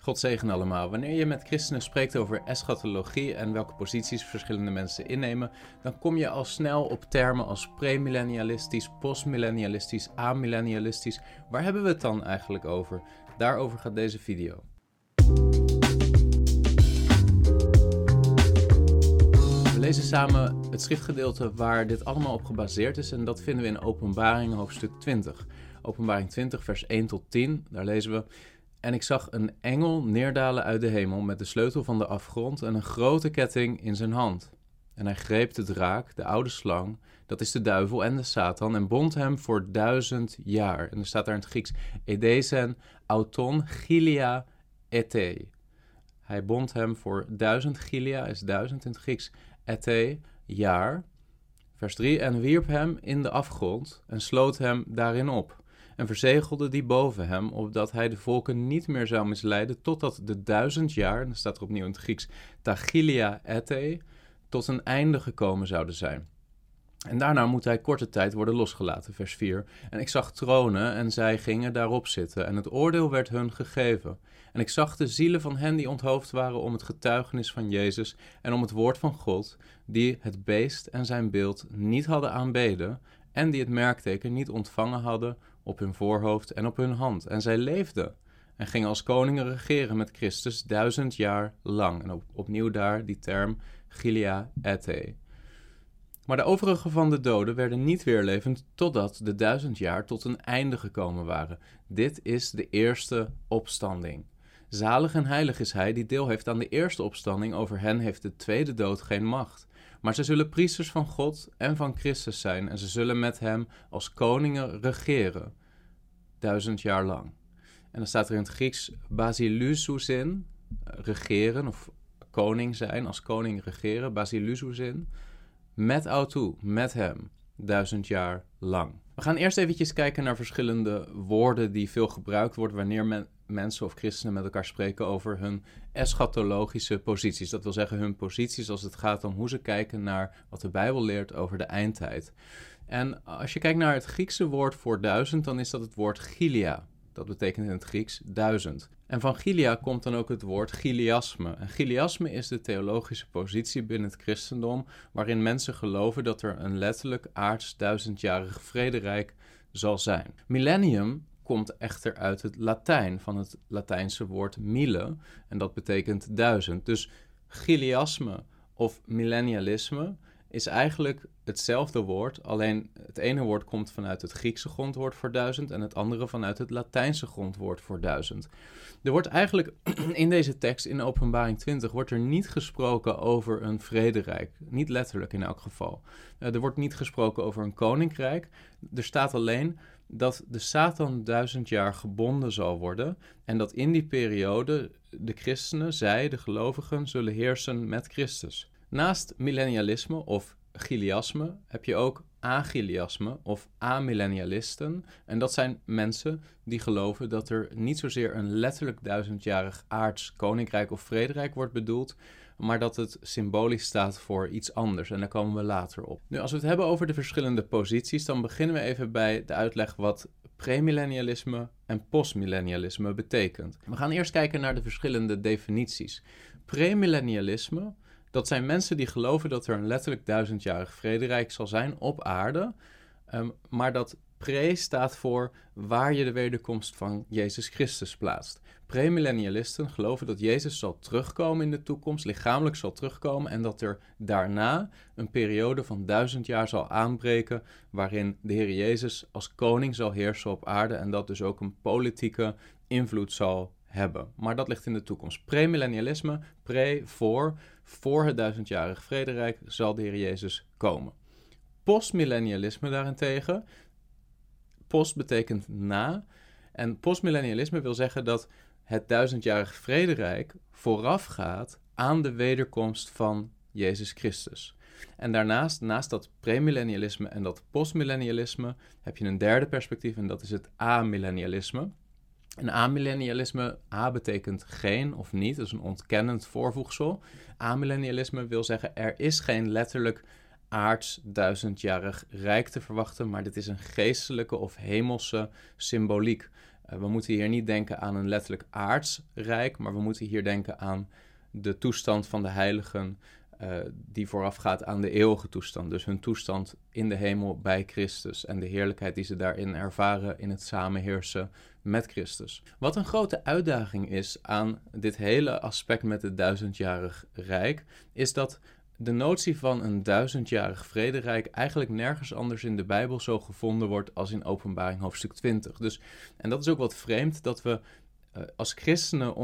God zegen allemaal. Wanneer je met christenen spreekt over eschatologie en welke posities verschillende mensen innemen, dan kom je al snel op termen als premillennialistisch, postmillennialistisch, amillennialistisch. Waar hebben we het dan eigenlijk over? Daarover gaat deze video. We lezen samen het schriftgedeelte waar dit allemaal op gebaseerd is en dat vinden we in Openbaring hoofdstuk 20. Openbaring 20 vers 1 tot 10, daar lezen we: En ik zag een engel neerdalen uit de hemel met de sleutel van de afgrond en een grote ketting in zijn hand. En hij greep de draak, de oude slang, dat is de duivel en de Satan, en bond hem voor 1000 jaar. En er staat daar in het Grieks: Edesen auton gilia ete. Hij bond hem voor 1000, gilia is 1000 in het Grieks, ete, jaar. Vers 3, en wierp hem in de afgrond en sloot hem daarin op. En verzegelde die boven hem, opdat hij de volken niet meer zou misleiden, totdat de 1000 jaar, en dan staat er opnieuw in het Grieks, tachilia ete, tot een einde gekomen zouden zijn. En daarna moet hij korte tijd worden losgelaten, vers 4. En ik zag tronen en zij gingen daarop zitten, en het oordeel werd hun gegeven. En ik zag de zielen van hen die onthoofd waren om het getuigenis van Jezus en om het woord van God, die het beest en zijn beeld niet hadden aanbeden, en die het merkteken niet ontvangen hadden op hun voorhoofd en op hun hand. En zij leefden en gingen als koningen regeren met Christus 1000 jaar lang. En opnieuw daar die term gilia ete. Maar de overigen van de doden werden niet weer levend totdat de 1000 jaar tot een einde gekomen waren. Dit is de eerste opstanding. Zalig en heilig is hij die deel heeft aan de eerste opstanding. Over hen heeft de tweede dood geen macht. Maar zij zullen priesters van God en van Christus zijn en ze zullen met hem als koningen regeren 1000 jaar lang. En dan staat er in het Grieks basilusousin, regeren of koning zijn, als koning regeren, basilusousin, met autou, met hem, 1000 jaar lang. We gaan eerst eventjes kijken naar verschillende woorden die veel gebruikt worden wanneer mensen of christenen met elkaar spreken over hun eschatologische posities. Dat wil zeggen hun posities als het gaat om hoe ze kijken naar wat de Bijbel leert over de eindtijd. En als je kijkt naar het Griekse woord voor 1000, dan is dat het woord gilia. Dat betekent in het Grieks 1000. En van gilia komt dan ook het woord chiliasme. En chiliasme is de theologische positie binnen het christendom, waarin mensen geloven dat er een letterlijk aards 1000-jarig vrederijk zal zijn. Millennium komt echter uit het Latijn, van het Latijnse woord mille, en dat betekent 1000. Dus chiliasme of millennialisme is eigenlijk hetzelfde woord, alleen het ene woord komt vanuit het Griekse grondwoord voor 1000 en het andere vanuit het Latijnse grondwoord voor 1000. Er wordt eigenlijk in deze tekst, in Openbaring 20, wordt er niet gesproken over een vrederijk. Niet letterlijk in elk geval. Er wordt niet gesproken over een koninkrijk. Er staat alleen dat de Satan 1000 jaar gebonden zal worden en dat in die periode de christenen, zij, de gelovigen, zullen heersen met Christus. Naast millennialisme of chiliasme heb je ook agiliasme of amillennialisten. En dat zijn mensen die geloven dat er niet zozeer een letterlijk 1000-jarig aards koninkrijk of vrederijk wordt bedoeld, maar dat het symbolisch staat voor iets anders. En daar komen we later op. Nu, als we het hebben over de verschillende posities, dan beginnen we even bij de uitleg wat premillennialisme en postmillennialisme betekent. We gaan eerst kijken naar de verschillende definities. Premillennialisme, dat zijn mensen die geloven dat er een letterlijk 1000-jarig vrederijk zal zijn op aarde, maar dat pre staat voor waar je de wederkomst van Jezus Christus plaatst. Premillennialisten geloven dat Jezus zal terugkomen in de toekomst, lichamelijk zal terugkomen en dat er daarna een periode van 1000 jaar zal aanbreken waarin de Heer Jezus als koning zal heersen op aarde en dat dus ook een politieke invloed zal hebben. Maar dat ligt in de toekomst. Premillennialisme, voor het 1000-jarig vrederijk zal de Heer Jezus komen. Postmillennialisme daarentegen, post betekent na, en postmillennialisme wil zeggen dat het 1000-jarig vrederijk voorafgaat aan de wederkomst van Jezus Christus. En daarnaast, naast dat premillennialisme en dat postmillennialisme, heb je een derde perspectief en dat is het amillennialisme. En amillennialisme, A betekent geen of niet, dat is een ontkennend voorvoegsel. Amillennialisme wil zeggen er is geen letterlijk aards 1000-jarig rijk te verwachten, maar dit is een geestelijke of hemelse symboliek. We moeten hier niet denken aan een letterlijk aards rijk, maar we moeten hier denken aan de toestand van de heiligen die voorafgaat aan de eeuwige toestand. Dus hun toestand in de hemel bij Christus en de heerlijkheid die ze daarin ervaren in het samenheersen met Christus. Wat een grote uitdaging is aan dit hele aspect met het 1000-jarig rijk, is dat de notie van een 1000-jarig vrederijk eigenlijk nergens anders in de Bijbel zo gevonden wordt als in Openbaring hoofdstuk 20. Dus, en dat is ook wat vreemd, dat we als christenen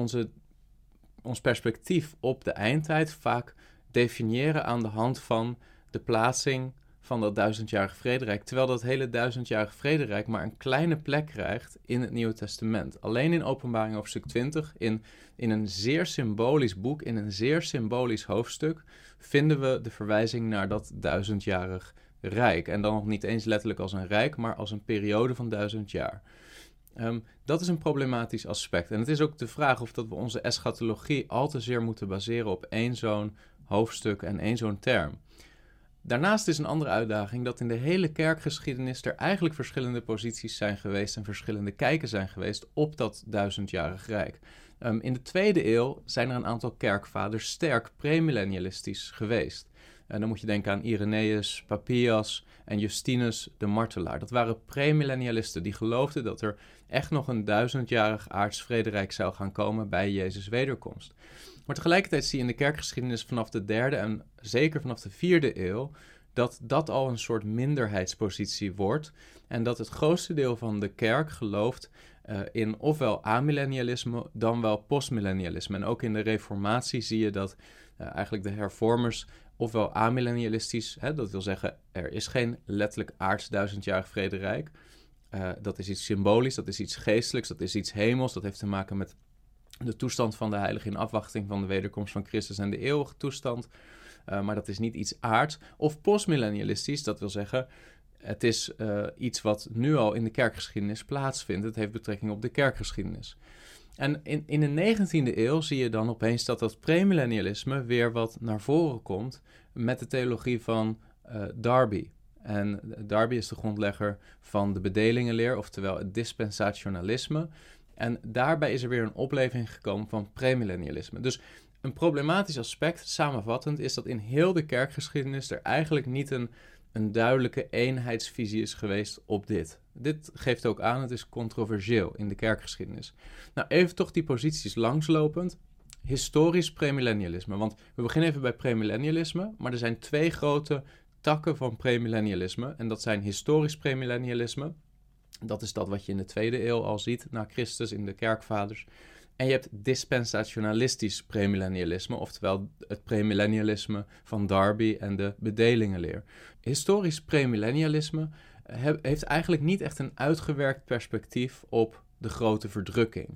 ons perspectief op de eindtijd vaak definiëren aan de hand van de plaatsing van dat 1000-jarig vrederijk, terwijl dat hele 1000-jarig vrederijk maar een kleine plek krijgt in het Nieuwe Testament. Alleen in Openbaring hoofdstuk 20, in een zeer symbolisch boek, in een zeer symbolisch hoofdstuk, vinden we de verwijzing naar dat 1000-jarig rijk. En dan nog niet eens letterlijk als een rijk, maar als een periode van 1000 jaar. Dat is een problematisch aspect. En het is ook de vraag of dat we onze eschatologie al te zeer moeten baseren op één zo'n hoofdstuk en één zo'n term. Daarnaast is een andere uitdaging dat in de hele kerkgeschiedenis er eigenlijk verschillende posities zijn geweest en verschillende kijken zijn geweest op dat 1000-jarig rijk. In de 2e eeuw zijn er een aantal kerkvaders sterk premillennialistisch geweest. En dan moet je denken aan Irenaeus, Papias en Justinus de Martelaar. Dat waren premillennialisten die geloofden dat er echt nog een 1000-jarig aards vrederijk zou gaan komen bij Jezus' wederkomst. Maar tegelijkertijd zie je in de kerkgeschiedenis vanaf de 3e en zeker vanaf de 4e eeuw dat al een soort minderheidspositie wordt en dat het grootste deel van de kerk gelooft in ofwel amillennialisme dan wel postmillennialisme. En ook in de Reformatie zie je dat eigenlijk de hervormers ofwel amillennialistisch, dat wil zeggen er is geen letterlijk aards 1000-jarig vrederijk. Dat is iets symbolisch, dat is iets geestelijks, dat is iets hemels, dat heeft te maken met de toestand van de heiligen in afwachting van de wederkomst van Christus en de eeuwige toestand. Maar dat is niet iets aards. Of postmillennialistisch, dat wil zeggen, het is iets wat nu al in de kerkgeschiedenis plaatsvindt. Het heeft betrekking op de kerkgeschiedenis. En in de 19e eeuw zie je dan opeens dat premillennialisme weer wat naar voren komt met de theologie van Darby. En Darby is de grondlegger van de bedelingenleer, oftewel het dispensationalisme. En daarbij is er weer een opleving gekomen van premillennialisme. Dus een problematisch aspect, samenvattend, is dat in heel de kerkgeschiedenis er eigenlijk niet een duidelijke eenheidsvisie is geweest op dit. Dit geeft ook aan, het is controversieel in de kerkgeschiedenis. Nou, even toch die posities langslopend. Historisch premillennialisme, want we beginnen even bij premillennialisme, maar er zijn 2 grote takken van premillennialisme. En dat zijn historisch premillennialisme. Dat is dat wat je in de 2e eeuw al ziet, na Christus in de kerkvaders. En je hebt dispensationalistisch premillennialisme, oftewel het premillennialisme van Darby en de bedelingenleer. Historisch premillennialisme heeft eigenlijk niet echt een uitgewerkt perspectief op de grote verdrukking.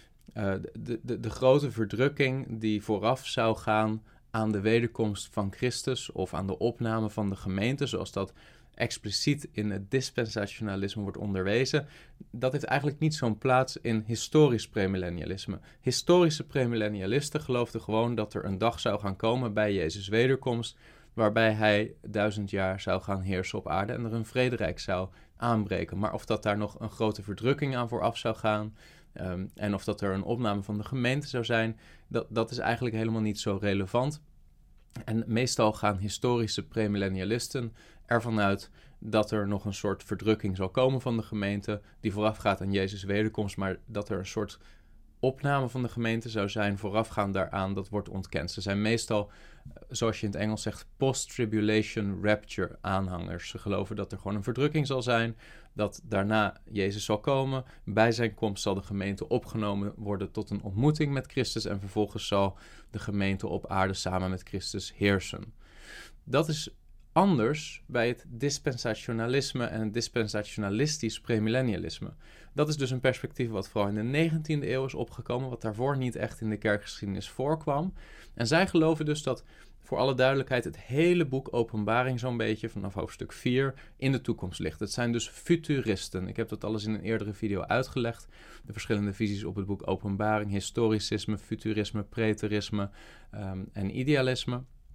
De grote verdrukking die vooraf zou gaan aan de wederkomst van Christus of aan de opname van de gemeente, zoals dat expliciet in het dispensationalisme wordt onderwezen, dat heeft eigenlijk niet zo'n plaats in historisch premillennialisme. Historische premillennialisten geloofden gewoon dat er een dag zou gaan komen bij Jezus' wederkomst, waarbij hij 1000 jaar zou gaan heersen op aarde en er een vrederijk zou aanbreken. Maar of dat daar nog een grote verdrukking aan vooraf zou gaan, en of dat er een opname van de gemeente zou zijn, dat is eigenlijk helemaal niet zo relevant. En meestal gaan historische premillennialisten ervan uit dat er nog een soort verdrukking zal komen van de gemeente die voorafgaat aan Jezus' wederkomst, maar dat er een soort opname van de gemeente zou zijn voorafgaand daaraan, dat wordt ontkend. Ze zijn meestal, zoals je in het Engels zegt, post-tribulation rapture aanhangers. Ze geloven dat er gewoon een verdrukking zal zijn, dat daarna Jezus zal komen. Bij zijn komst zal de gemeente opgenomen worden tot een ontmoeting met Christus en vervolgens zal de gemeente op aarde samen met Christus heersen. Dat is anders bij het dispensationalisme en het dispensationalistisch premillennialisme. Dat is dus een perspectief wat vooral in de 19e eeuw is opgekomen, wat daarvoor niet echt in de kerkgeschiedenis voorkwam. En zij geloven dus dat, voor alle duidelijkheid, het hele boek Openbaring zo'n beetje vanaf hoofdstuk 4 in de toekomst ligt. Het zijn dus futuristen. Ik heb dat alles in een eerdere video uitgelegd. De verschillende visies op het boek Openbaring, historicisme, futurisme, preterisme en idealisme.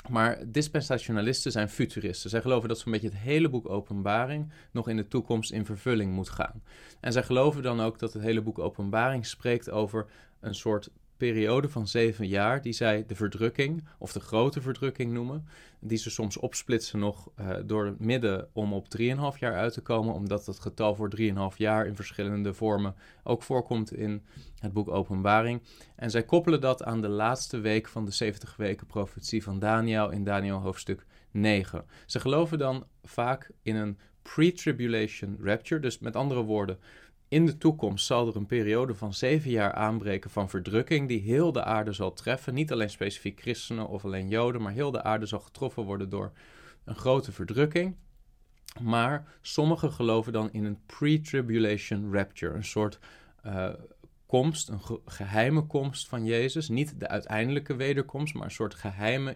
Maar dispensationalisten zijn futuristen. Zij geloven dat zo'n beetje het hele boek Openbaring nog in de toekomst in vervulling moet gaan. En zij geloven dan ook dat het hele boek Openbaring spreekt over een soort periode van 7 jaar, die zij de verdrukking, of de grote verdrukking noemen, die ze soms opsplitsen nog door het midden om op 3,5 jaar uit te komen, omdat het getal voor 3,5 jaar in verschillende vormen ook voorkomt in het boek Openbaring. En zij koppelen dat aan de laatste week van de 70 weken profetie van Daniel in Daniel hoofdstuk 9. Ze geloven dan vaak in een pre-tribulation rapture, dus met andere woorden, in de toekomst zal er een periode van 7 jaar aanbreken van verdrukking die heel de aarde zal treffen. Niet alleen specifiek christenen of alleen joden, maar heel de aarde zal getroffen worden door een grote verdrukking. Maar sommigen geloven dan in een pre-tribulation rapture, een soort komst, een geheime komst van Jezus. Niet de uiteindelijke wederkomst, maar een soort geheime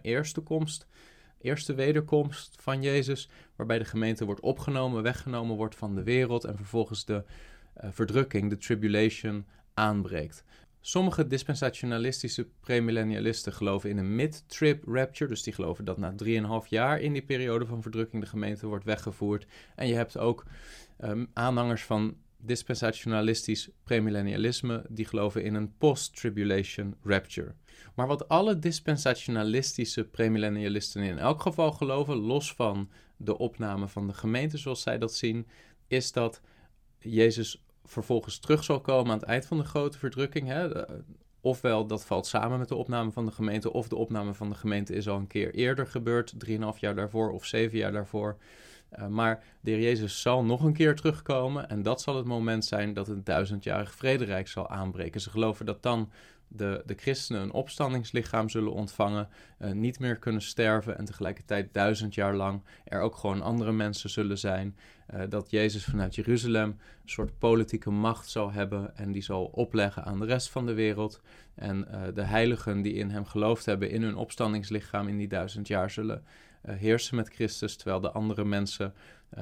eerste wederkomst van Jezus, waarbij de gemeente wordt opgenomen, weggenomen wordt van de wereld en vervolgens de verdrukking, de tribulation, aanbreekt. Sommige dispensationalistische premillennialisten geloven in een mid-trib rapture, dus die geloven dat na 3,5 jaar in die periode van verdrukking de gemeente wordt weggevoerd. En je hebt ook aanhangers van dispensationalistisch premillennialisme die geloven in een post-tribulation rapture. Maar wat alle dispensationalistische premillennialisten in elk geval geloven, los van de opname van de gemeente zoals zij dat zien, is dat Jezus vervolgens terug zal komen aan het eind van de grote verdrukking. Hè? Ofwel, dat valt samen met de opname van de gemeente, of de opname van de gemeente is al een keer eerder gebeurd, 3,5 jaar daarvoor of 7 jaar daarvoor. Maar de Heer Jezus zal nog een keer terugkomen en dat zal het moment zijn dat het 1000-jarig vrederijk zal aanbreken. Ze geloven dat dan de christenen een opstandingslichaam zullen ontvangen, niet meer kunnen sterven en tegelijkertijd 1000 jaar lang er ook gewoon andere mensen zullen zijn. Dat Jezus vanuit Jeruzalem een soort politieke macht zal hebben en die zal opleggen aan de rest van de wereld. En de heiligen die in hem geloofd hebben in hun opstandingslichaam in die 1000 jaar zullen heersen met Christus, terwijl de andere mensen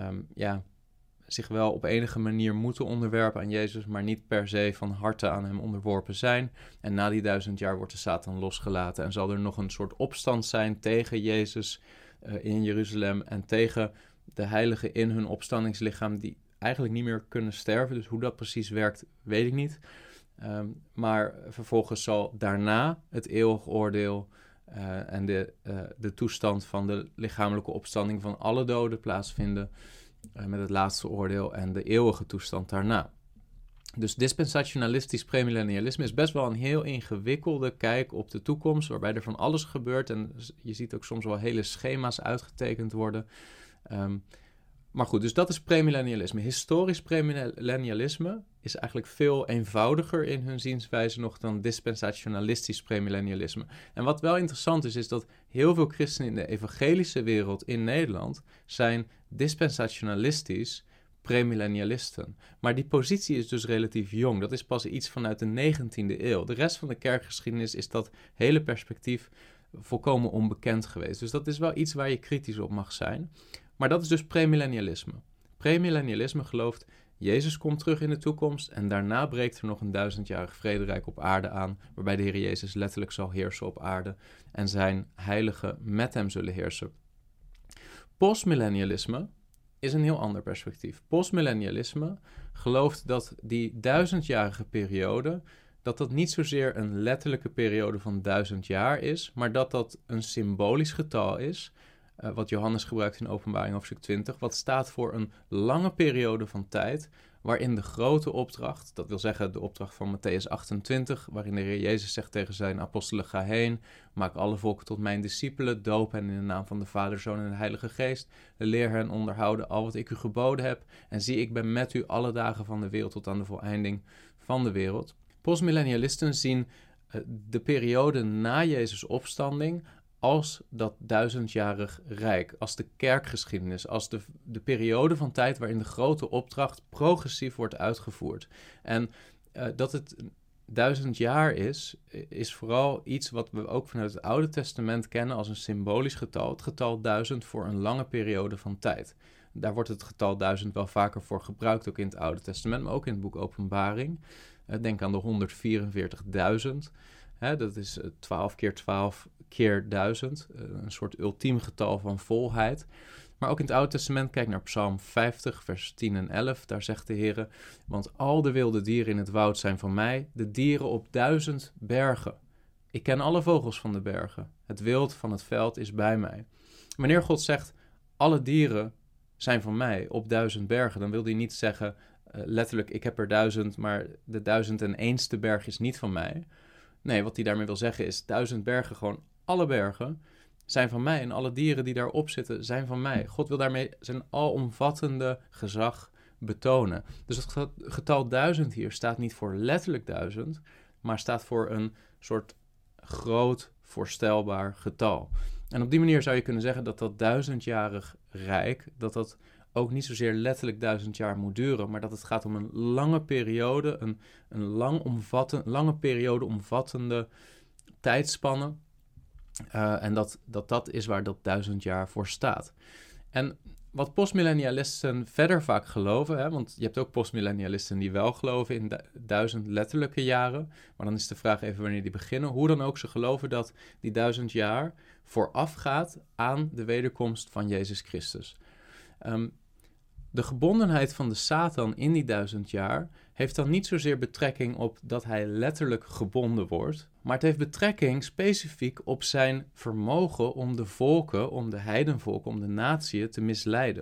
zich wel op enige manier moeten onderwerpen aan Jezus, maar niet per se van harte aan hem onderworpen zijn. En na die 1000 jaar wordt de Satan losgelaten en zal er nog een soort opstand zijn tegen Jezus in Jeruzalem en tegen de heiligen in hun opstandingslichaam die eigenlijk niet meer kunnen sterven. Dus hoe dat precies werkt, weet ik niet. Maar vervolgens zal daarna het eeuwig oordeel en de toestand van de lichamelijke opstanding van alle doden plaatsvinden met het laatste oordeel en de eeuwige toestand daarna. Dus dispensationalistisch premillennialisme is best wel een heel ingewikkelde kijk op de toekomst, waarbij er van alles gebeurt en je ziet ook soms wel hele schema's uitgetekend worden. Maar goed, dus dat is premillennialisme. Historisch premillennialisme is eigenlijk veel eenvoudiger in hun zienswijze nog dan dispensationalistisch premillennialisme. En wat wel interessant is dat heel veel christenen in de evangelische wereld in Nederland zijn dispensationalistisch premillennialisten. Maar die positie is dus relatief jong. Dat is pas iets vanuit de 19e eeuw. De rest van de kerkgeschiedenis is dat hele perspectief volkomen onbekend geweest. Dus dat is wel iets waar je kritisch op mag zijn. Maar dat is dus premillennialisme. Premillennialisme gelooft, Jezus komt terug in de toekomst en daarna breekt er nog een 1000-jarig vrederijk op aarde aan, waarbij de Heer Jezus letterlijk zal heersen op aarde en zijn heiligen met hem zullen heersen. Postmillennialisme is een heel ander perspectief. Postmillennialisme gelooft dat die 1000-jarige periode, dat niet zozeer een letterlijke periode van 1000 jaar is, maar dat een symbolisch getal is, wat Johannes gebruikt in Openbaring hoofdstuk 20, wat staat voor een lange periode van tijd, waarin de grote opdracht, dat wil zeggen de opdracht van Mattheüs 28, waarin de Heer Jezus zegt tegen zijn apostelen, ga heen, maak alle volken tot mijn discipelen, doop hen in de naam van de Vader, Zoon en de Heilige Geest, leer hen onderhouden al wat ik u geboden heb, en zie, ik ben met u alle dagen van de wereld tot aan de voleinding van de wereld. Postmillennialisten zien de periode na Jezus' opstanding als dat 1000-jarig rijk, als de kerkgeschiedenis, als de periode van tijd waarin de grote opdracht progressief wordt uitgevoerd. En dat het 1000 jaar is vooral iets wat we ook vanuit het Oude Testament kennen als een symbolisch getal. Het getal 1000 voor een lange periode van tijd. Daar wordt het getal 1000 wel vaker voor gebruikt, ook in het Oude Testament, maar ook in het boek Openbaring. Denk aan de 144.000. Dat is 12 keer 12 keer 1000. Een soort ultiem getal van volheid. Maar ook in het Oude Testament, kijk naar Psalm 50, vers 10 en 11. Daar zegt de Heer: want al de wilde dieren in het woud zijn van mij, de dieren op 1000 bergen. Ik ken alle vogels van de bergen. Het wild van het veld is bij mij. Wanneer God zegt, alle dieren zijn van mij op 1000 bergen, dan wil hij niet zeggen, letterlijk, ik heb er 1000, maar de 1001ste berg is niet van mij. Nee, wat hij daarmee wil zeggen is, 1000 bergen, gewoon alle bergen, zijn van mij. En alle dieren die daarop zitten, zijn van mij. God wil daarmee zijn alomvattende gezag betonen. Dus het getal 1000 hier staat niet voor letterlijk 1000, maar staat voor een soort groot, voorstelbaar getal. En op die manier zou je kunnen zeggen dat dat 1000-jarig rijk, dat ook niet zozeer letterlijk 1000 jaar moet duren, maar dat het gaat om een lange periode, een lange periode omvattende tijdspanne. En dat is waar dat 1000 jaar voor staat. En wat postmillennialisten verder vaak geloven, hè, want je hebt ook postmillennialisten die wel geloven in 1000 letterlijke jaren, maar dan is de vraag even wanneer die beginnen. Hoe dan ook, ze geloven dat die 1000 jaar voorafgaat aan de wederkomst van Jezus Christus. De gebondenheid van de Satan in die 1000 jaar heeft dan niet zozeer betrekking op dat hij letterlijk gebonden wordt, maar het heeft betrekking specifiek op zijn vermogen om de volken, om de heidenvolken, om de natieën te misleiden.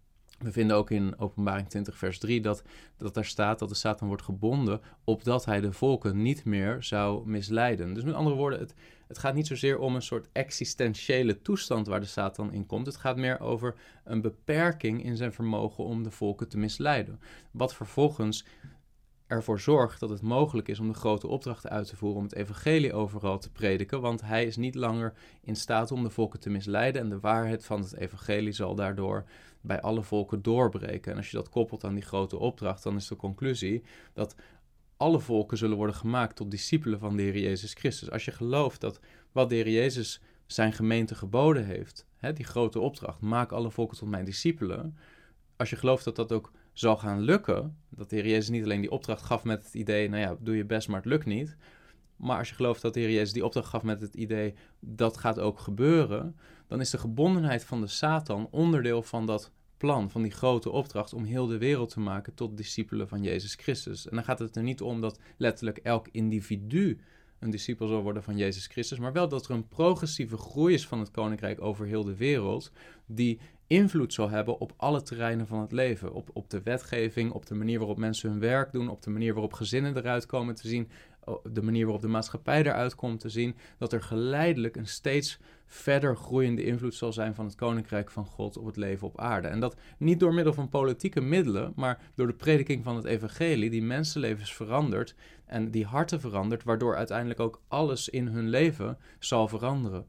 We vinden ook in Openbaring 20 vers 3 dat daar staat dat de Satan wordt gebonden opdat hij de volken niet meer zou misleiden. Dus met andere woorden, het gaat niet zozeer om een soort existentiële toestand waar de Satan in komt. Het gaat meer over een beperking in zijn vermogen om de volken te misleiden. Wat vervolgens ervoor zorgt dat het mogelijk is om de grote opdrachten uit te voeren, om het evangelie overal te prediken, want hij is niet langer in staat om de volken te misleiden en de waarheid van het evangelie zal daardoor bij alle volken doorbreken. En als je dat koppelt aan die grote opdracht, dan is de conclusie dat alle volken zullen worden gemaakt tot discipelen van de Heer Jezus Christus. Als je gelooft dat wat de Heer Jezus zijn gemeente geboden heeft, die grote opdracht, maak alle volken tot mijn discipelen. Als je gelooft dat dat ook zal gaan lukken, dat de Heer Jezus niet alleen die opdracht gaf met het idee, nou ja, doe je best, maar het lukt niet. Maar als je gelooft dat de Heer Jezus die opdracht gaf met het idee, dat gaat ook gebeuren, dan is de gebondenheid van de Satan onderdeel van dat plan, van die grote opdracht om heel de wereld te maken tot discipelen van Jezus Christus. En dan gaat het er niet om dat letterlijk elk individu een discipel zal worden van Jezus Christus, maar wel dat er een progressieve groei is van het koninkrijk over heel de wereld, die invloed zal hebben op alle terreinen van het leven. Op de wetgeving, op de manier waarop mensen hun werk doen, op de manier waarop gezinnen eruit komen te zien, de manier waarop de maatschappij eruit komt te zien, dat er geleidelijk een steeds verder groeiende invloed zal zijn van het koninkrijk van God op het leven op aarde. En dat niet door middel van politieke middelen, maar door de prediking van het evangelie, die mensenlevens verandert en die harten verandert, waardoor uiteindelijk ook alles in hun leven zal veranderen.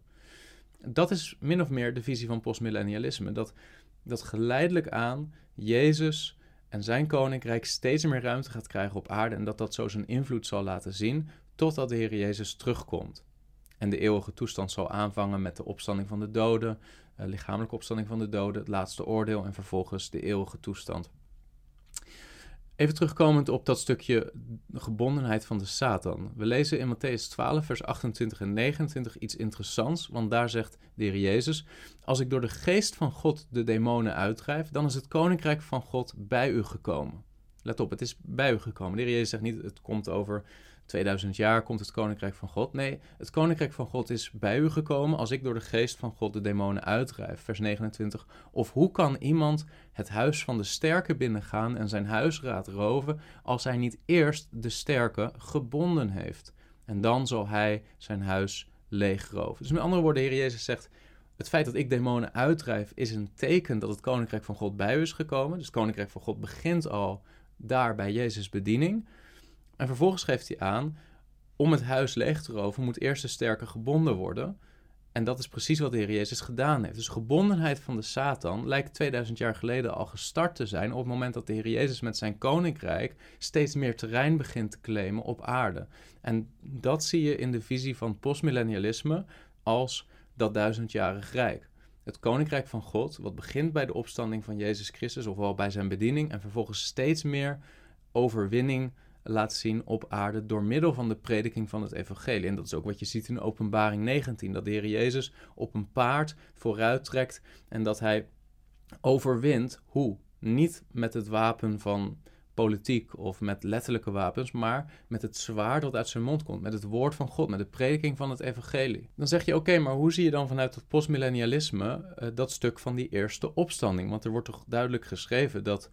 Dat is min of meer de visie van postmillennialisme, dat geleidelijk aan Jezus en zijn koninkrijk steeds meer ruimte gaat krijgen op aarde en dat zo zijn invloed zal laten zien totdat de Heer Jezus terugkomt. En de eeuwige toestand zal aanvangen met de opstanding van de doden, lichamelijke opstanding van de doden, het laatste oordeel en vervolgens de eeuwige toestand. Even terugkomend op dat stukje gebondenheid van de Satan. We lezen in Mattheüs 12, vers 28 en 29 iets interessants, want daar zegt de Heer Jezus: als ik door de geest van God de demonen uitdrijf, dan is het koninkrijk van God bij u gekomen. Let op, het is bij u gekomen. De Heer Jezus zegt niet, het komt over 2000 jaar, komt het koninkrijk van God. Nee, het koninkrijk van God is bij u gekomen als ik door de geest van God de demonen uitdrijf. Vers 29. Of hoe kan iemand het huis van de sterke binnengaan en zijn huisraad roven als hij niet eerst de sterke gebonden heeft? En dan zal hij zijn huis leegroven. Dus met andere woorden, de Heer Jezus zegt, het feit dat ik demonen uitdrijf is een teken dat het koninkrijk van God bij u is gekomen. Dus het koninkrijk van God begint al daar bij Jezus' bediening. En vervolgens geeft hij aan, om het huis leeg te roven moet eerst de sterke gebonden worden. En dat is precies wat de Heer Jezus gedaan heeft. Dus gebondenheid van de Satan lijkt 2000 jaar geleden al gestart te zijn op het moment dat de Heer Jezus met zijn koninkrijk steeds meer terrein begint te claimen op aarde. En dat zie je in de visie van postmillennialisme als dat 1000-jarig rijk. Het koninkrijk van God, wat begint bij de opstanding van Jezus Christus, ofwel bij zijn bediening, en vervolgens steeds meer overwinning laat zien op aarde door middel van de prediking van het evangelie. En dat is ook wat je ziet in Openbaring 19, dat de Heer Jezus op een paard vooruit trekt en dat hij overwint. Hoe? Niet met het wapen van politiek of met letterlijke wapens, maar met het zwaard dat uit zijn mond komt, met het woord van God, met de prediking van het evangelie. Dan zeg je, oké, maar hoe zie je dan vanuit het postmillennialisme dat stuk van die eerste opstanding? Want er wordt toch duidelijk geschreven dat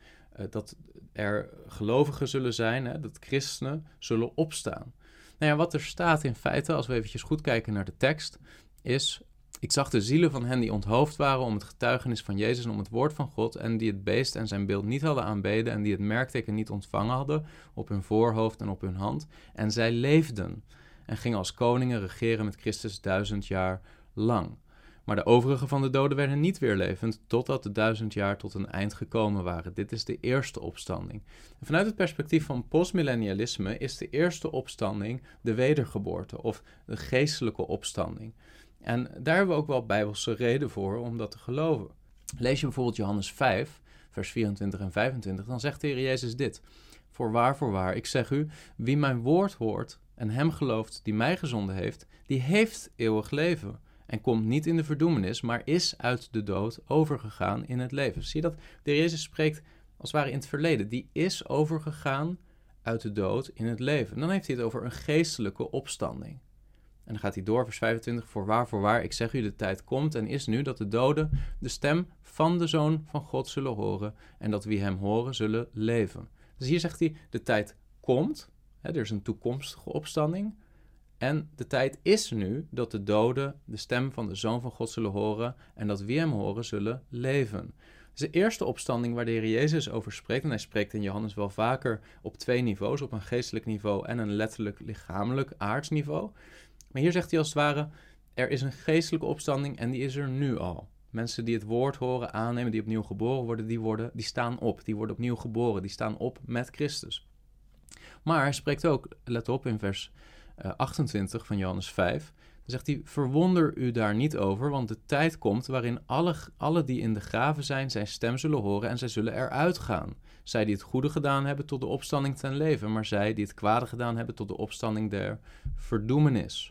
er gelovigen zullen zijn, hè, dat christenen zullen opstaan. Nou ja, wat er staat in feite, als we eventjes goed kijken naar de tekst, is: ik zag de zielen van hen die onthoofd waren om het getuigenis van Jezus en om het woord van God, en die het beest en zijn beeld niet hadden aanbeden en die het merkteken niet ontvangen hadden op hun voorhoofd en op hun hand. En zij leefden en gingen als koningen regeren met Christus 1000 jaar lang. Maar de overigen van de doden werden niet weer levend, totdat de 1000 jaar tot een eind gekomen waren. Dit is de eerste opstanding. En vanuit het perspectief van postmillennialisme is de eerste opstanding de wedergeboorte of de geestelijke opstanding. En daar hebben we ook wel bijbelse reden voor om dat te geloven. Lees je bijvoorbeeld Johannes 5, vers 24 en 25, dan zegt de Heer Jezus dit: voorwaar, ik zeg u, wie mijn woord hoort en hem gelooft die mij gezonden heeft, die heeft eeuwig leven. En komt niet in de verdoemenis, maar is uit de dood overgegaan in het leven. Zie je dat? De Heer Jezus spreekt als het ware in het verleden. Die is overgegaan uit de dood in het leven. En dan heeft hij het over een geestelijke opstanding. En dan gaat hij door, vers 25, voorwaar, ik zeg u, de tijd komt en is nu dat de doden de stem van de Zoon van God zullen horen en dat wie hem horen zullen leven. Dus hier zegt hij, de tijd komt, hè, er is een toekomstige opstanding, en de tijd is nu dat de doden de stem van de Zoon van God zullen horen en dat wie hem horen zullen leven. Dus de eerste opstanding waar de Heer Jezus over spreekt, en hij spreekt in Johannes wel vaker op 2 niveaus, op een geestelijk niveau en een letterlijk lichamelijk aards niveau. Maar hier zegt hij als het ware, er is een geestelijke opstanding en die is er nu al. Mensen die het woord horen, aannemen, die opnieuw geboren worden, die staan op. Die worden opnieuw geboren, die staan op met Christus. Maar hij spreekt ook, let op in vers 28 van Johannes 5, dan zegt hij, verwonder u daar niet over, want de tijd komt waarin alle die in de graven zijn stem zullen horen en zij zullen eruit gaan. Zij die het goede gedaan hebben tot de opstanding ten leven, maar zij die het kwade gedaan hebben tot de opstanding der verdoemenis.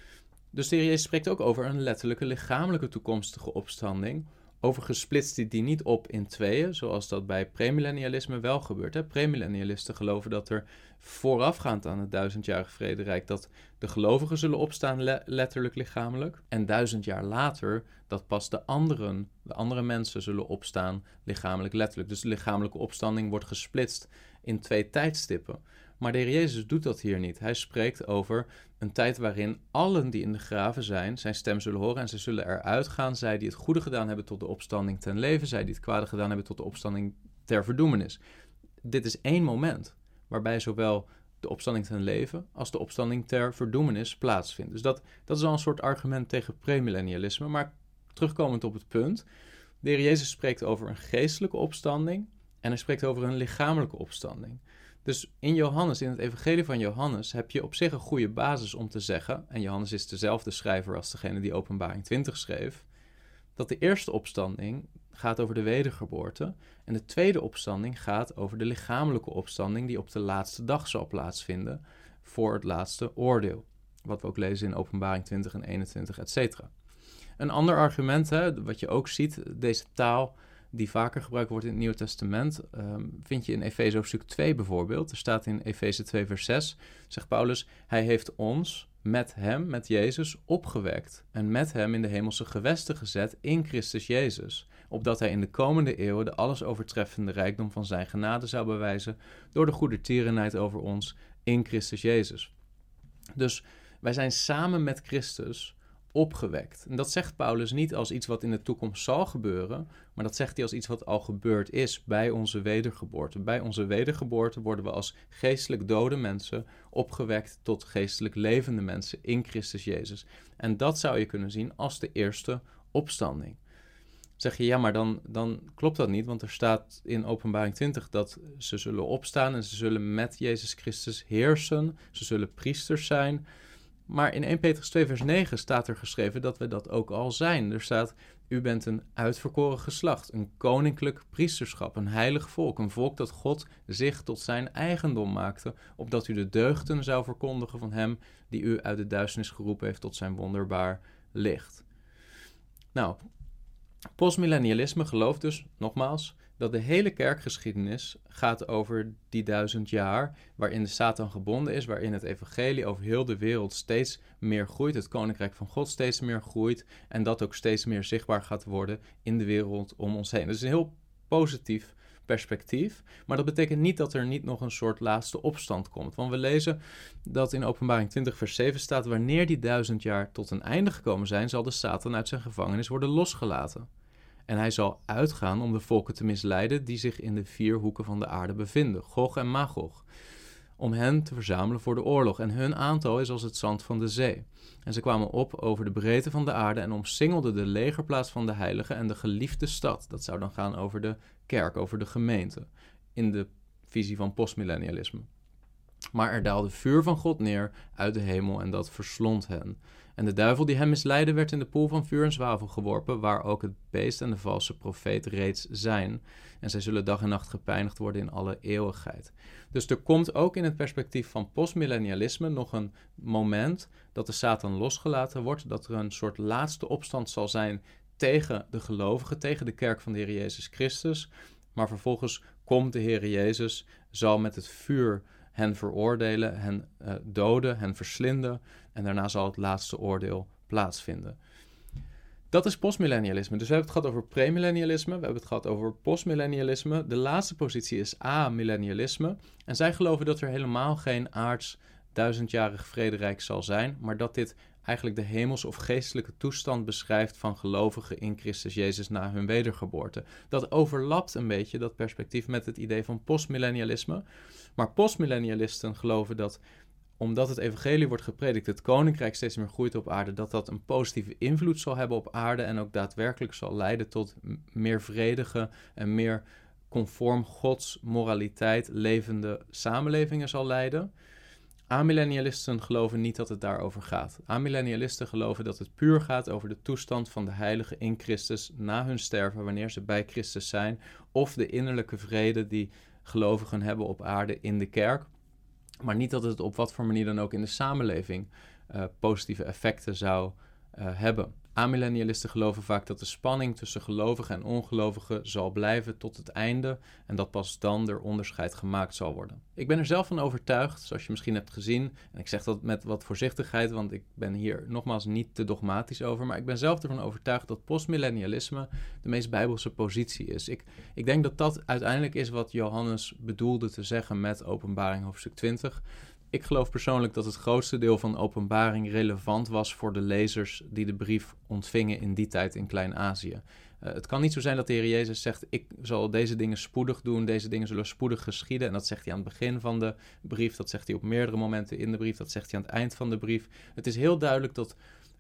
Dus de Heer Jezus spreekt ook over een letterlijke lichamelijke toekomstige opstanding. Overigens splitst hij die niet op in tweeën, zoals dat bij premillennialisme wel gebeurt. Hè? Premillennialisten geloven dat er voorafgaand aan het 1000-jarig vrederijk dat de gelovigen zullen opstaan letterlijk lichamelijk. En 1000 jaar later dat pas de andere mensen zullen opstaan lichamelijk letterlijk. Dus de lichamelijke opstanding wordt gesplitst in 2 tijdstippen. Maar de Heer Jezus doet dat hier niet. Hij spreekt over een tijd waarin allen die in de graven zijn stem zullen horen en ze zullen eruit gaan. Zij die het goede gedaan hebben tot de opstanding ten leven, zij die het kwade gedaan hebben tot de opstanding ter verdoemenis. Dit is 1 moment waarbij zowel de opstanding ten leven als de opstanding ter verdoemenis plaatsvindt. Dus dat is al een soort argument tegen premillennialisme. Maar terugkomend op het punt, de Heer Jezus spreekt over een geestelijke opstanding en hij spreekt over een lichamelijke opstanding. Dus in het evangelie van Johannes, heb je op zich een goede basis om te zeggen, en Johannes is dezelfde schrijver als degene die Openbaring 20 schreef, dat de eerste opstanding gaat over de wedergeboorte en de tweede opstanding gaat over de lichamelijke opstanding die op de laatste dag zal plaatsvinden voor het laatste oordeel. Wat we ook lezen in Openbaring 20 en 21, etc. Een ander argument, wat je ook ziet, deze taal die vaker gebruikt wordt in het Nieuwe Testament, vind je in Efeze hoofdstuk 2 bijvoorbeeld. Er staat in Efeze 2 vers 6, zegt Paulus, hij heeft ons met hem, met Jezus, opgewekt en met hem in de hemelse gewesten gezet in Christus Jezus, opdat hij in de komende eeuwen de alles overtreffende rijkdom van zijn genade zou bewijzen door de goedertierenheid over ons in Christus Jezus. Dus wij zijn samen met Christus opgewekt. En dat zegt Paulus niet als iets wat in de toekomst zal gebeuren, maar dat zegt hij als iets wat al gebeurd is bij onze wedergeboorte. Bij onze wedergeboorte worden we als geestelijk dode mensen opgewekt tot geestelijk levende mensen in Christus Jezus. En dat zou je kunnen zien als de eerste opstanding. Zeg je, ja, maar dan klopt dat niet, want er staat in Openbaring 20 dat ze zullen opstaan en ze zullen met Jezus Christus heersen, ze zullen priesters zijn. Maar in 1 Petrus 2 vers 9 staat er geschreven dat we dat ook al zijn. Er staat, u bent een uitverkoren geslacht, een koninklijk priesterschap, een heilig volk. Een volk dat God zich tot zijn eigendom maakte, opdat u de deugden zou verkondigen van hem die u uit de duisternis geroepen heeft tot zijn wonderbaar licht. Nou, postmillennialisme gelooft dus, nogmaals, dat de hele kerkgeschiedenis gaat over die 1000 jaar waarin de Satan gebonden is, waarin het evangelie over heel de wereld steeds meer groeit, het koninkrijk van God steeds meer groeit en dat ook steeds meer zichtbaar gaat worden in de wereld om ons heen. Dat is een heel positief perspectief, maar dat betekent niet dat er niet nog een soort laatste opstand komt. Want we lezen dat in Openbaring 20 vers 7 staat, wanneer die 1000 jaar tot een einde gekomen zijn, zal de Satan uit zijn gevangenis worden losgelaten. En hij zal uitgaan om de volken te misleiden die zich in de 4 hoeken van de aarde bevinden, Gog en Magog, om hen te verzamelen voor de oorlog. En hun aantal is als het zand van de zee. En ze kwamen op over de breedte van de aarde en omsingelden de legerplaats van de heilige en de geliefde stad. Dat zou dan gaan over de kerk, over de gemeente, in de visie van postmillennialisme. Maar er daalde vuur van God neer uit de hemel en dat verslond hen. En de duivel die hem misleidde werd in de poel van vuur en zwavel geworpen, waar ook het beest en de valse profeet reeds zijn. En zij zullen dag en nacht gepijnigd worden in alle eeuwigheid. Dus er komt ook in het perspectief van postmillennialisme nog een moment dat de Satan losgelaten wordt, dat er een soort laatste opstand zal zijn tegen de gelovigen, tegen de kerk van de Heer Jezus Christus. Maar vervolgens komt de Heer Jezus, zal met het vuur hen veroordelen, hen doden, hen verslinden en daarna zal het laatste oordeel plaatsvinden. Dat is postmillennialisme. Dus we hebben het gehad over premillennialisme, we hebben het gehad over postmillennialisme. De laatste positie is amillennialisme. En zij geloven dat er helemaal geen aards 1000-jarig vrederijk zal zijn, maar dat dit eigenlijk de hemelse of geestelijke toestand beschrijft van gelovigen in Christus Jezus na hun wedergeboorte. Dat overlapt een beetje, dat perspectief, met het idee van postmillennialisme. Maar postmillennialisten geloven dat, omdat het evangelie wordt gepredikt, het koninkrijk steeds meer groeit op aarde, dat dat een positieve invloed zal hebben op aarde en ook daadwerkelijk zal leiden tot meer vredige en meer conform Gods moraliteit levende samenlevingen zal leiden. Amillennialisten geloven niet dat het daarover gaat. Amillennialisten geloven dat het puur gaat over de toestand van de heiligen in Christus na hun sterven, wanneer ze bij Christus zijn, of de innerlijke vrede die gelovigen hebben op aarde in de kerk. Maar niet dat het op wat voor manier dan ook in de samenleving positieve effecten zou hebben. Amillennialisten geloven vaak dat de spanning tussen gelovigen en ongelovigen zal blijven tot het einde en dat pas dan er onderscheid gemaakt zal worden. Ik ben er zelf van overtuigd, zoals je misschien hebt gezien, en ik zeg dat met wat voorzichtigheid, want ik ben hier nogmaals niet te dogmatisch over, maar ik ben zelf ervan overtuigd dat postmillennialisme de meest bijbelse positie is. Ik denk dat dat uiteindelijk is wat Johannes bedoelde te zeggen met Openbaring hoofdstuk 20. Ik geloof persoonlijk dat het grootste deel van Openbaring relevant was voor de lezers die de brief ontvingen in die tijd in Klein-Azië. Het kan niet zo zijn dat de Heer Jezus zegt, ik zal deze dingen spoedig doen, deze dingen zullen spoedig geschieden. En dat zegt hij aan het begin van de brief, dat zegt hij op meerdere momenten in de brief, dat zegt hij aan het eind van de brief. Het is heel duidelijk dat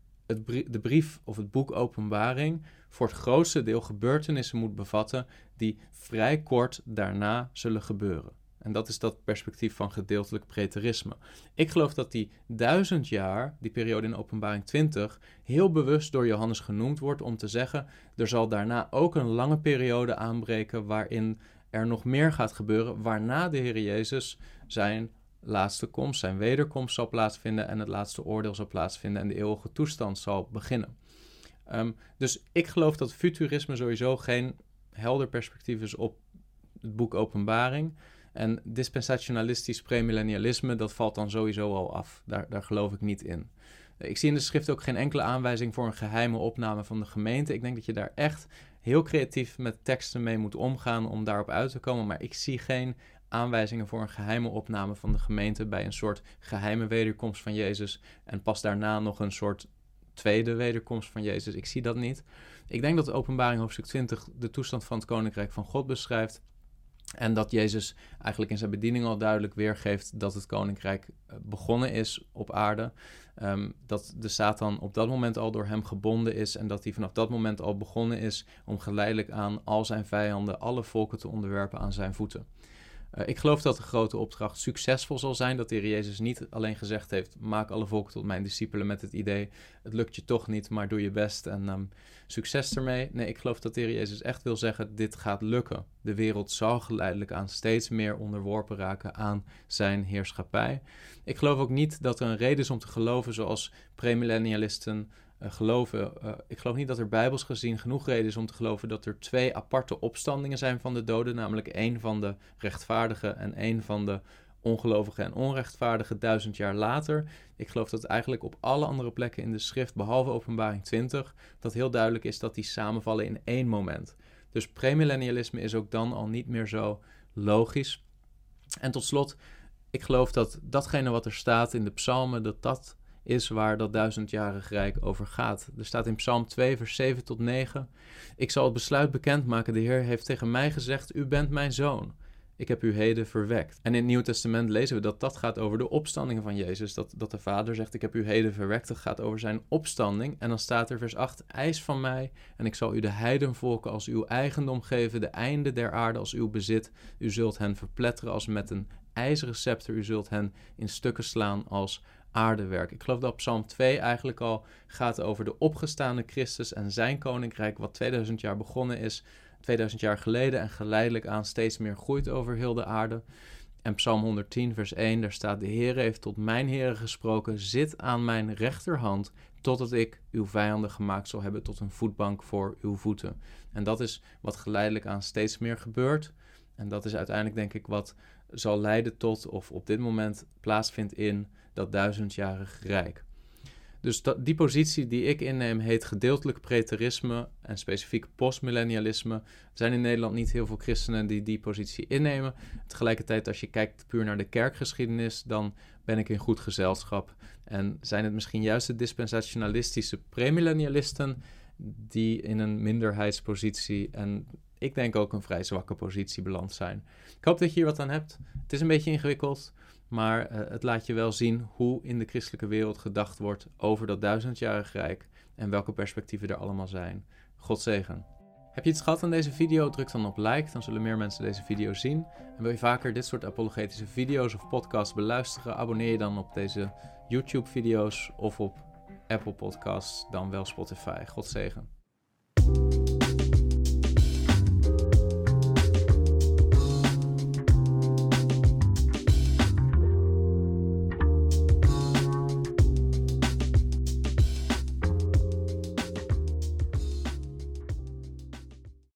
de brief of het boek Openbaring voor het grootste deel gebeurtenissen moet bevatten die vrij kort daarna zullen gebeuren. En dat is dat perspectief van gedeeltelijk preterisme. Ik geloof dat die 1000 jaar, die periode in Openbaring 20, heel bewust door Johannes genoemd wordt om te zeggen, er zal daarna ook een lange periode aanbreken waarin er nog meer gaat gebeuren, waarna de Heer Jezus zijn laatste komst, zijn wederkomst zal plaatsvinden en het laatste oordeel zal plaatsvinden en de eeuwige toestand zal beginnen. Dus ik geloof dat futurisme sowieso geen helder perspectief is op het boek Openbaring. En dispensationalistisch premillennialisme, dat valt dan sowieso al af. Daar geloof ik niet in. Ik zie in de schrift ook geen enkele aanwijzing voor een geheime opname van de gemeente. Ik denk dat je daar echt heel creatief met teksten mee moet omgaan om daarop uit te komen. Maar ik zie geen aanwijzingen voor een geheime opname van de gemeente bij een soort geheime wederkomst van Jezus. En pas daarna nog een soort tweede wederkomst van Jezus. Ik zie dat niet. Ik denk dat de Openbaring hoofdstuk 20 de toestand van het koninkrijk van God beschrijft. En dat Jezus eigenlijk in zijn bediening al duidelijk weergeeft dat het koninkrijk begonnen is op aarde. Dat de Satan op dat moment al door hem gebonden is en dat hij vanaf dat moment al begonnen is om geleidelijk aan al zijn vijanden, alle volken te onderwerpen aan zijn voeten. Ik geloof dat de grote opdracht succesvol zal zijn. Dat de Heer Jezus niet alleen gezegd heeft, maak alle volken tot mijn discipelen met het idee, het lukt je toch niet, maar doe je best en succes ermee. Nee, ik geloof dat de Heer Jezus echt wil zeggen, dit gaat lukken. De wereld zal geleidelijk aan steeds meer onderworpen raken aan zijn heerschappij. Ik geloof ook niet dat er een reden is om te geloven zoals premillennialisten geloven. Ik geloof niet dat er bijbels gezien genoeg reden is om te geloven dat er 2 aparte opstandingen zijn van de doden, namelijk 1 van de rechtvaardigen en 1 van de ongelovigen en onrechtvaardigen 1000 jaar later. Ik geloof dat eigenlijk op alle andere plekken in de schrift, behalve Openbaring 20, dat heel duidelijk is dat die samenvallen in 1 moment. Dus premillennialisme is ook dan al niet meer zo logisch. En tot slot, ik geloof dat datgene wat er staat in de psalmen, dat is waar dat 1000-jarig rijk over gaat. Er staat in Psalm 2, vers 7 tot 9. Ik zal het besluit bekendmaken. De Heer heeft tegen mij gezegd, u bent mijn zoon. Ik heb u heden verwekt. En in het Nieuwe Testament lezen we dat gaat over de opstanding van Jezus. Dat de Vader zegt, ik heb u heden verwekt. Dat gaat over zijn opstanding. En dan staat er vers 8, eis van mij en ik zal u de heidenvolken als uw eigendom geven, de einden der aarde als uw bezit. U zult hen verpletteren als met een ijzeren scepter. U zult hen in stukken slaan als aardewerk. Ik geloof dat Psalm 2 eigenlijk al gaat over de opgestane Christus en zijn koninkrijk, wat 2000 jaar begonnen is, 2000 jaar geleden en geleidelijk aan steeds meer groeit over heel de aarde. En Psalm 110 vers 1, daar staat, de Heer heeft tot mijn Heere gesproken, zit aan mijn rechterhand, totdat ik uw vijanden gemaakt zal hebben tot een voetbank voor uw voeten. En dat is wat geleidelijk aan steeds meer gebeurt. En dat is uiteindelijk denk ik wat zal leiden tot, of op dit moment plaatsvindt in dat 1000-jarig rijk. Dus die positie die ik inneem heet gedeeltelijk preterisme en specifiek postmillennialisme. Er zijn in Nederland niet heel veel christenen die die positie innemen. Tegelijkertijd als je kijkt puur naar de kerkgeschiedenis, dan ben ik in goed gezelschap. En zijn het misschien juist de dispensationalistische premillennialisten die in een minderheidspositie en ik denk ook een vrij zwakke positie beland zijn. Ik hoop dat je hier wat aan hebt. Het is een beetje ingewikkeld, maar het laat je wel zien hoe in de christelijke wereld gedacht wordt over dat 1000-jarig rijk en welke perspectieven er allemaal zijn. God zegen. Heb je iets gehad aan deze video? Druk dan op like, dan zullen meer mensen deze video zien. En wil je vaker dit soort apologetische video's of podcasts beluisteren? Abonneer je dan op deze YouTube video's of op Apple Podcasts, dan wel Spotify. God zegen.